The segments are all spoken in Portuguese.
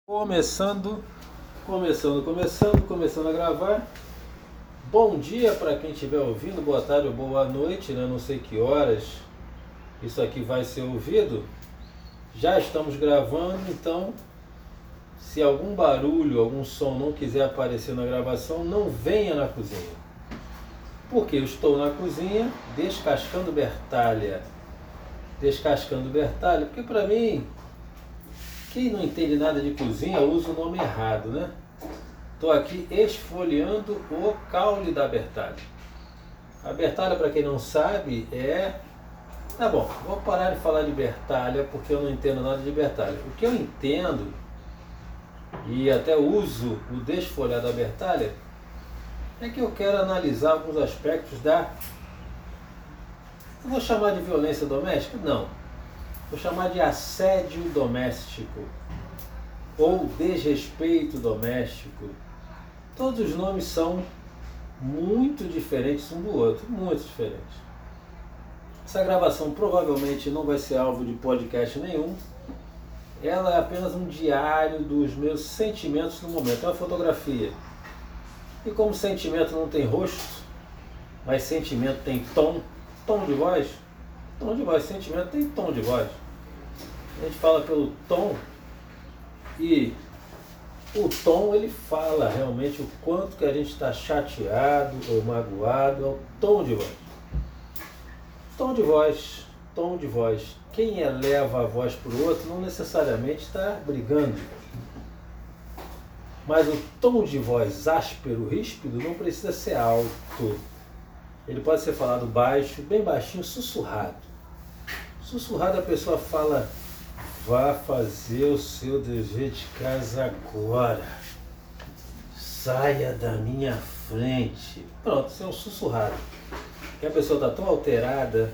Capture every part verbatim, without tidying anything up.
Começando, começando, começando, começando a gravar. Bom dia para quem estiver ouvindo, boa tarde ou boa noite, né? Não sei que horas isso aqui vai ser ouvido. Já estamos gravando, então se algum barulho, algum som não quiser aparecer na gravação, não venha na cozinha. Porque eu estou na cozinha descascando Bertalha. Descascando Bertalha, porque para mim, quem não entende nada de cozinha usa o nome errado, né? Estou aqui esfoliando o caule da Bertalha. A Bertalha, para quem não sabe, é... Tá bom, vou parar de falar de Bertalha porque eu não entendo nada de Bertalha. O que eu entendo, e até uso o desfolhar da Bertalha, é que eu quero analisar alguns aspectos da... Eu vou chamar de violência doméstica? Não. Vou chamar de assédio doméstico ou desrespeito doméstico. Todos os nomes são muito diferentes um do outro, muito diferentes. Essa gravação provavelmente não vai ser alvo de podcast nenhum. Ela é apenas um diário dos meus sentimentos no momento, é uma fotografia. E como sentimento não tem rosto, mas sentimento tem tom, tom de voz, tom de voz, sentimento tem tom de voz. A gente fala pelo tom e o tom ele fala realmente o quanto que a gente está chateado ou magoado, é o tom de voz. Tom de voz, tom de voz. Quem eleva a voz para o outro não necessariamente está brigando. Mas o tom de voz áspero, ríspido, não precisa ser alto. Ele pode ser falado baixo, bem baixinho, sussurrado. Sussurrado a pessoa fala: vá fazer o seu dever de casa agora. Saia da minha frente. Pronto, isso é um sussurrado. Que a pessoa está tão alterada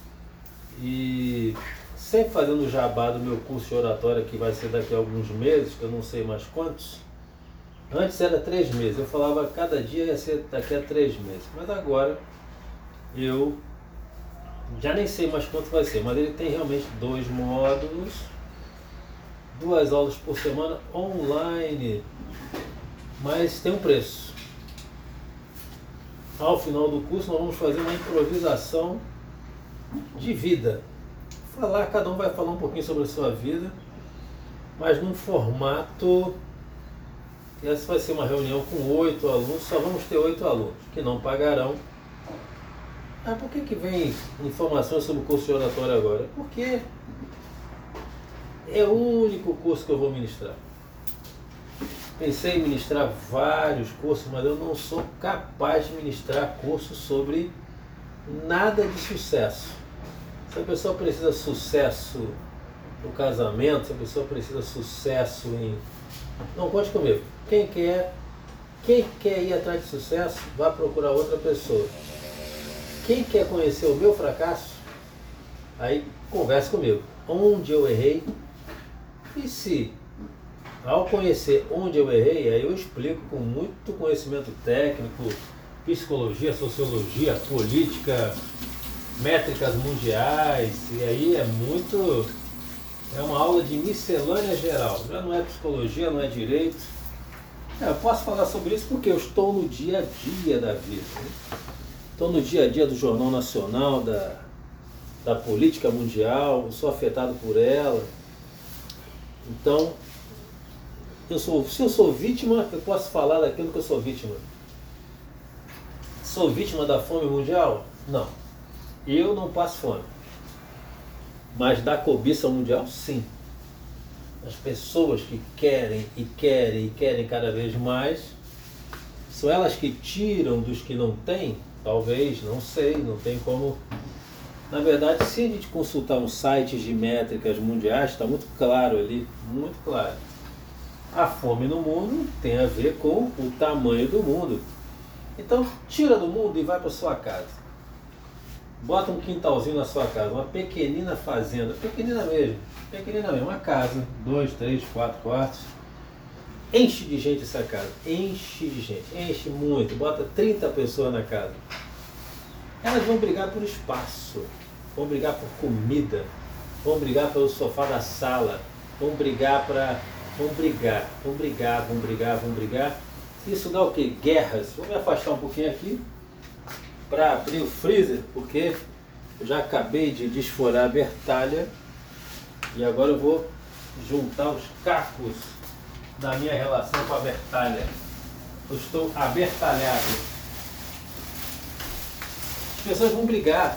e sempre fazendo o jabá do meu curso de oratória que vai ser daqui a alguns meses, que eu não sei mais quantos. Antes era três meses, eu falava cada dia ia ser daqui a três meses, mas agora eu já nem sei mais quanto vai ser, mas ele tem realmente dois módulos, duas aulas por semana online, mas tem um preço. Ao final do curso nós vamos fazer uma improvisação de vida. Falar, cada um vai falar um pouquinho sobre a sua vida, mas num formato... Essa vai ser uma reunião com oito alunos, só vamos ter oito alunos, que não pagarão. Ah, por que que vem informações sobre o curso de oratória agora? Porque é o único curso que eu vou ministrar. Pensei em ministrar vários cursos, mas eu não sou capaz de ministrar cursos sobre nada de sucesso. Se a pessoa precisa de sucesso no casamento, se a pessoa precisa de sucesso em... Não conte comigo. Quem quer, quem quer ir atrás de sucesso, vá procurar outra pessoa. Quem quer conhecer o meu fracasso, aí converse comigo. Onde eu errei, e se ao conhecer onde eu errei, aí eu explico com muito conhecimento técnico, psicologia, sociologia, política, métricas mundiais, e aí é muito, é uma aula de miscelânea geral, já não é psicologia, não é direito. É, eu posso falar sobre isso porque eu estou no dia a dia da vida, né? Estou no dia a dia do Jornal Nacional, da, da política mundial, eu sou afetado por ela. Então, eu sou, se eu sou vítima, eu posso falar daquilo que eu sou vítima. Sou vítima da fome mundial? Não. Eu não passo fome. Mas da cobiça mundial, sim. As pessoas que querem e querem e querem cada vez mais, são elas que tiram dos que não têm? Talvez, não sei, não tem como. Na verdade, se a gente consultar uns sites de métricas mundiais, está muito claro ali, muito claro. A fome no mundo tem a ver com o tamanho do mundo. Então, tira do mundo e vai para sua casa. Bota um quintalzinho na sua casa, uma pequenina fazenda, pequenina mesmo, pequenina mesmo, uma casa, dois, três, quatro quartos. Enche de gente essa casa, enche de gente, enche muito, bota trinta pessoas na casa. Elas vão brigar por espaço, vão brigar por comida, vão brigar pelo sofá da sala, vão brigar para vão brigar, vão brigar, vão brigar, vão brigar. Isso dá o quê? Guerras. Vou me afastar um pouquinho aqui para abrir o freezer, porque eu já acabei de desforar a bertalha e agora eu vou juntar os cacos da minha relação com a bertalha. Eu estou abertalhado. As pessoas vão brigar.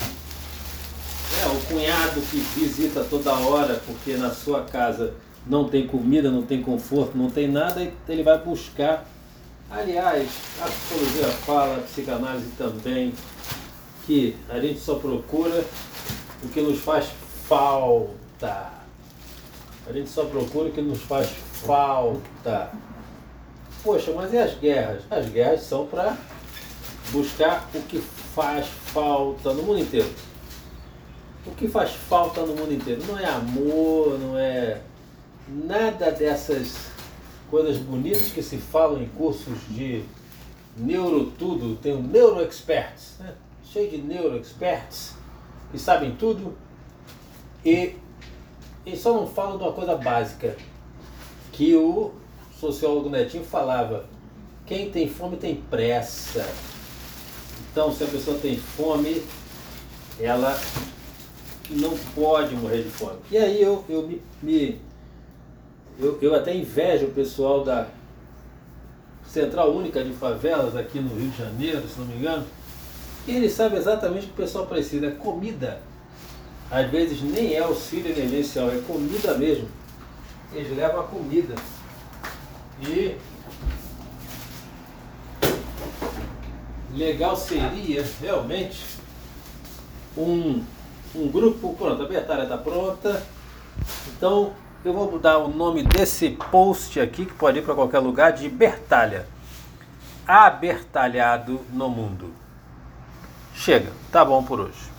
É, o cunhado que visita toda hora porque na sua casa não tem comida, não tem conforto, não tem nada, e ele vai buscar. Aliás, a psicologia fala, a psicanálise também, que a gente só procura o que nos faz falta. A gente só procura o que nos faz falta. Poxa, mas e as guerras? As guerras são para buscar o que faz falta no mundo inteiro. O que faz falta no mundo inteiro não é amor, não é nada dessas coisas bonitas que se falam em cursos de neuro tudo. Tem o neuroexperts, né? Cheio de neuroexperts que sabem tudo e eles só não falam de uma coisa básica que o sociólogo Netinho falava: quem tem fome tem pressa. Então, se a pessoa tem fome, ela não pode morrer de fome. E aí eu, eu me, me eu, eu até invejo o pessoal da Central Única de Favelas aqui no Rio de Janeiro, se não me engano. E eles sabem exatamente o que o pessoal precisa, é comida. Às vezes nem é auxílio emergencial, é comida mesmo. Eles levam a comida. E legal seria realmente um, um grupo. Pronto, a bertalha está pronta. Então eu vou mudar o nome desse post aqui, que pode ir para qualquer lugar, de Bertalha. Abertalhado no mundo. Chega, tá bom por hoje.